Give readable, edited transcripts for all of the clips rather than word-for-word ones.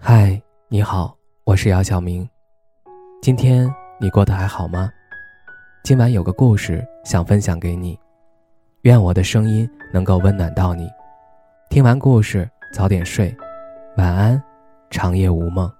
嗨，你好，我是姚晓明。今天你过得还好吗？今晚有个故事想分享给你，愿我的声音能够温暖到你。听完故事早点睡，晚安，长夜无梦。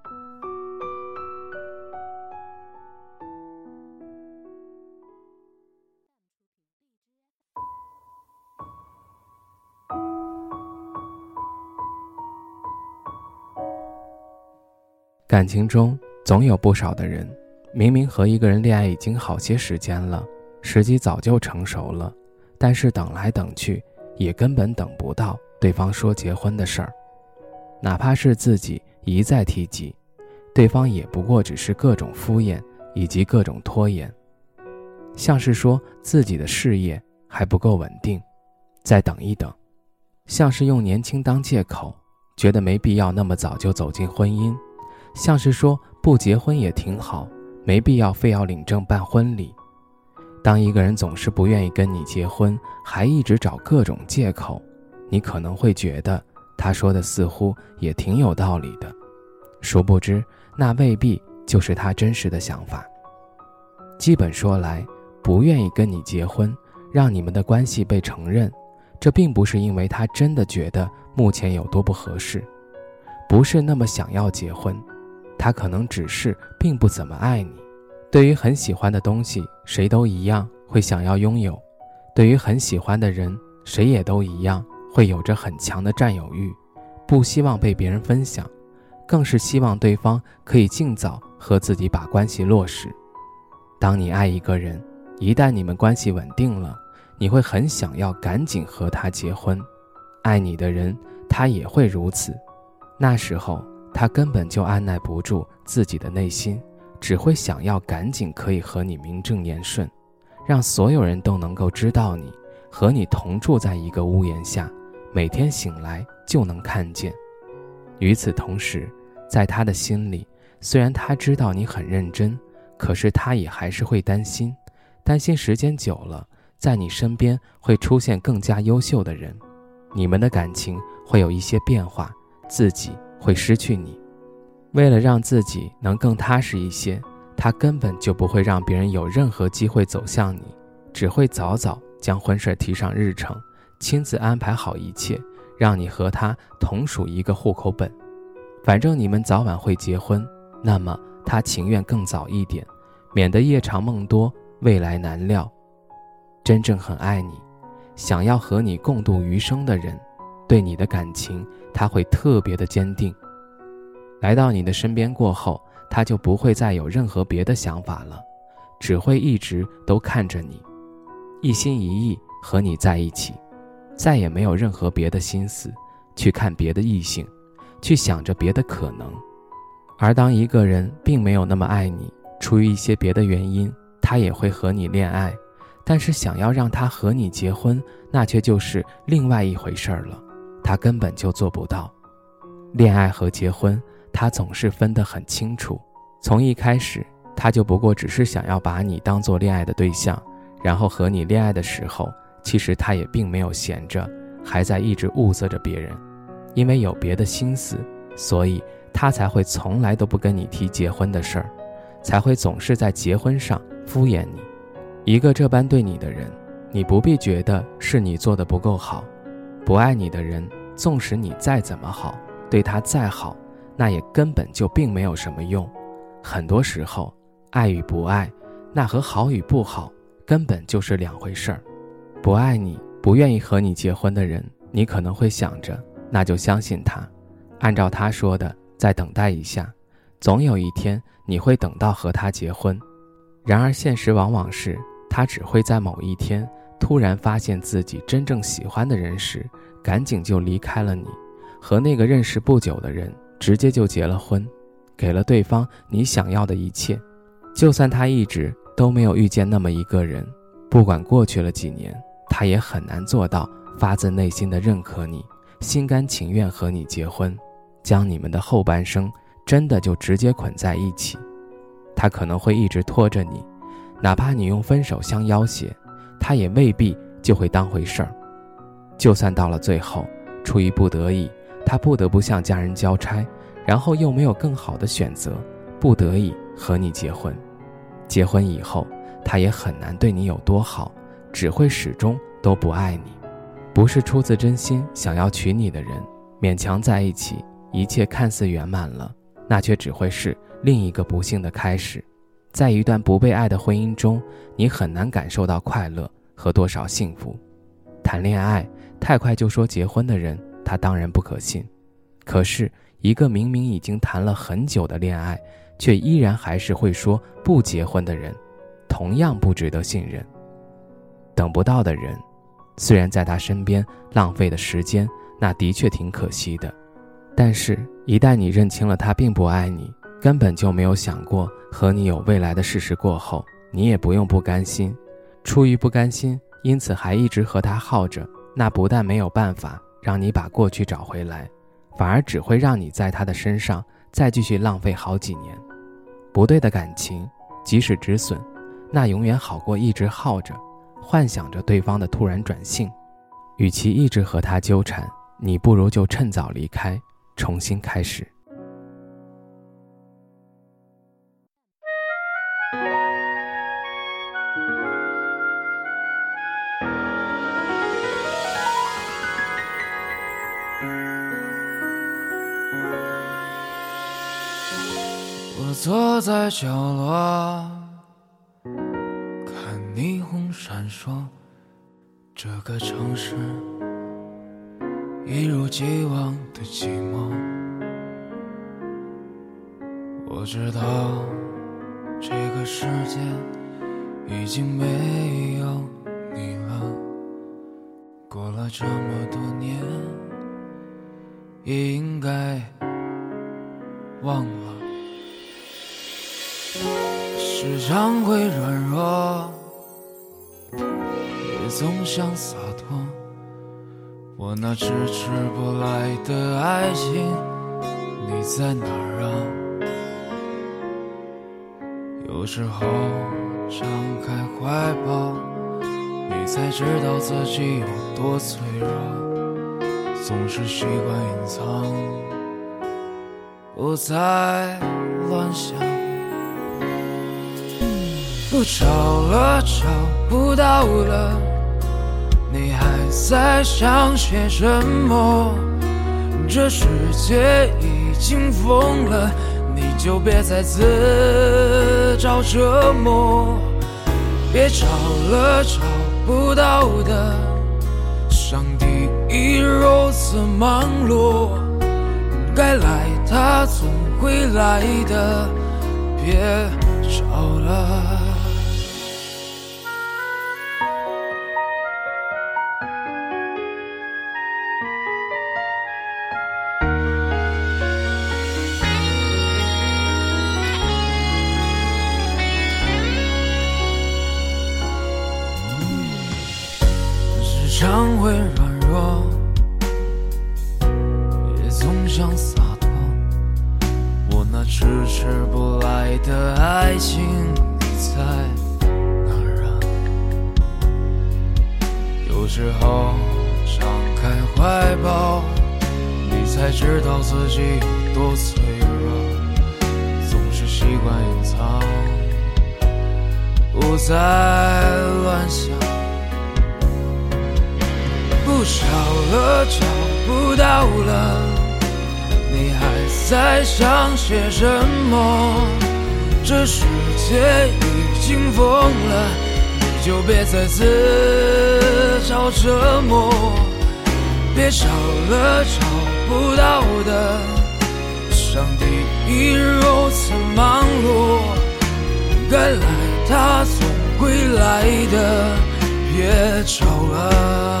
感情中总有不少的人，明明和一个人恋爱已经好些时间了，时机早就成熟了，但是等来等去也根本等不到对方说结婚的事儿。哪怕是自己一再提及，对方也不过只是各种敷衍以及各种拖延，像是说自己的事业还不够稳定，再等一等，像是用年轻当借口，觉得没必要那么早就走进婚姻，像是说不结婚也挺好，没必要非要领证办婚礼。当一个人总是不愿意跟你结婚，还一直找各种借口，你可能会觉得他说的似乎也挺有道理的，殊不知那未必就是他真实的想法。基本说来，不愿意跟你结婚，让你们的关系被承认，这并不是因为他真的觉得目前有多不合适，不是那么想要结婚，他可能只是并不怎么爱你。对于很喜欢的东西，谁都一样会想要拥有，对于很喜欢的人，谁也都一样会有着很强的占有欲，不希望被别人分享，更是希望对方可以尽早和自己把关系落实。当你爱一个人，一旦你们关系稳定了，你会很想要赶紧和他结婚。爱你的人，他也会如此，那时候他根本就按捺不住自己的内心，只会想要赶紧可以和你名正言顺，让所有人都能够知道你，和你同住在一个屋檐下，每天醒来就能看见。与此同时，在他的心里，虽然他知道你很认真，可是他也还是会担心时间久了，在你身边会出现更加优秀的人，你们的感情会有一些变化，自己会失去你。为了让自己能更踏实一些，他根本就不会让别人有任何机会走向你，只会早早将婚事提上日程，亲自安排好一切，让你和他同属一个户口本。反正你们早晚会结婚，那么他情愿更早一点，免得夜长梦多，未来难料。真正很爱你，想要和你共度余生的人，对你的感情他会特别的坚定。来到你的身边过后，他就不会再有任何别的想法了，只会一直都看着你，一心一意和你在一起，再也没有任何别的心思去看别的异性，去想着别的可能。而当一个人并没有那么爱你，出于一些别的原因，他也会和你恋爱，但是想要让他和你结婚，那却就是另外一回事了，他根本就做不到。恋爱和结婚，他总是分得很清楚，从一开始他就不过只是想要把你当作恋爱的对象，然后和你恋爱的时候，其实他也并没有闲着，还在一直物色着别人，因为有别的心思，所以他才会从来都不跟你提结婚的事儿，才会总是在结婚上敷衍你。一个这般对你的人，你不必觉得是你做得不够好。不爱你的人，纵使你再怎么好，对他再好，那也根本就并没有什么用。很多时候，爱与不爱，那和好与不好根本就是两回事儿。不爱你，不愿意和你结婚的人，你可能会想着，那就相信他，按照他说的再等待一下，总有一天你会等到和他结婚。然而现实往往是，他只会在某一天突然发现自己真正喜欢的人时，赶紧就离开了你，和那个认识不久的人直接就结了婚，给了对方你想要的一切。就算他一直都没有遇见那么一个人，不管过去了几年，他也很难做到发自内心的认可你，心甘情愿和你结婚，将你们的后半生真的就直接捆在一起。他可能会一直拖着你，哪怕你用分手相要挟，他也未必就会当回事儿。就算到了最后，出于不得已，他不得不向家人交差， 然后又没有更好的选择，不得已和你结婚。结婚以后，他也很难对你有多好，只会始终都不爱你。不是出自真心想要娶你的人，勉强在一起，一切看似圆满了，那却只会是另一个不幸的开始。在一段不被爱的婚姻中，你很难感受到快乐和多少幸福。谈恋爱太快就说结婚的人，他当然不可信。可是一个明明已经谈了很久的恋爱，却依然还是会说不结婚的人，同样不值得信任。等不到的人，虽然在他身边浪费的时间，那的确挺可惜的，但是一旦你认清了他并不爱你，根本就没有想过和你有未来的事实过后，你也不用不甘心。出于不甘心，因此还一直和他耗着，那不但没有办法让你把过去找回来，反而只会让你在他的身上再继续浪费好几年。不对的感情，即使止损，那永远好过一直耗着，幻想着对方的突然转性。与其一直和他纠缠，你不如就趁早离开，重新开始。 我坐在角落，看霓虹闪烁，这个城市一如既往的寂寞。我知道这个世界已经没有你了，过了这么多年，也应该忘了。时常会软弱，也总想洒脱，我那迟迟不来的爱情，你在哪儿啊？有时候张开怀抱，你才知道自己有多脆弱，总是习惯隐藏，不再乱想。不找了，找不到了，你还在想些什么？这世界已经疯了，你就别再自找折磨。别找了，找不到的，上帝已如此忙碌，该来他总会来的，别找了。常会软弱，也总想洒脱，我那迟迟不来的爱情，你在哪儿啊？有时候张开怀抱，你才知道自己有多脆弱，总是习惯隐藏，不再乱想。不找了，找不到了，你还在想些什么？这世界已经疯了，你就别再自找折磨。别找了，找不到的，上帝已如此忙碌，该来他总会来的，别找了。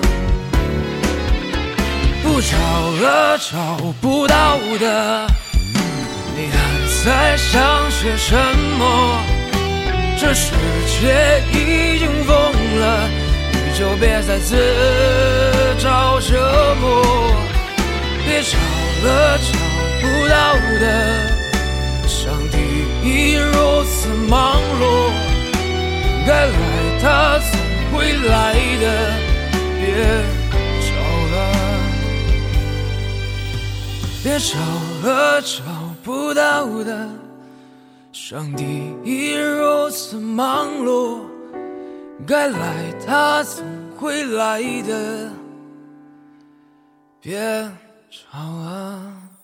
不找了，找不到的，你还在想些什么？这世界已经疯了，你就别再自找折磨。别找了，找不到的，上帝已如此忙碌，该来他总会来的，别找了。别界找了找不到的，上帝已如此忙碌，该来他总会来的，别吵啊。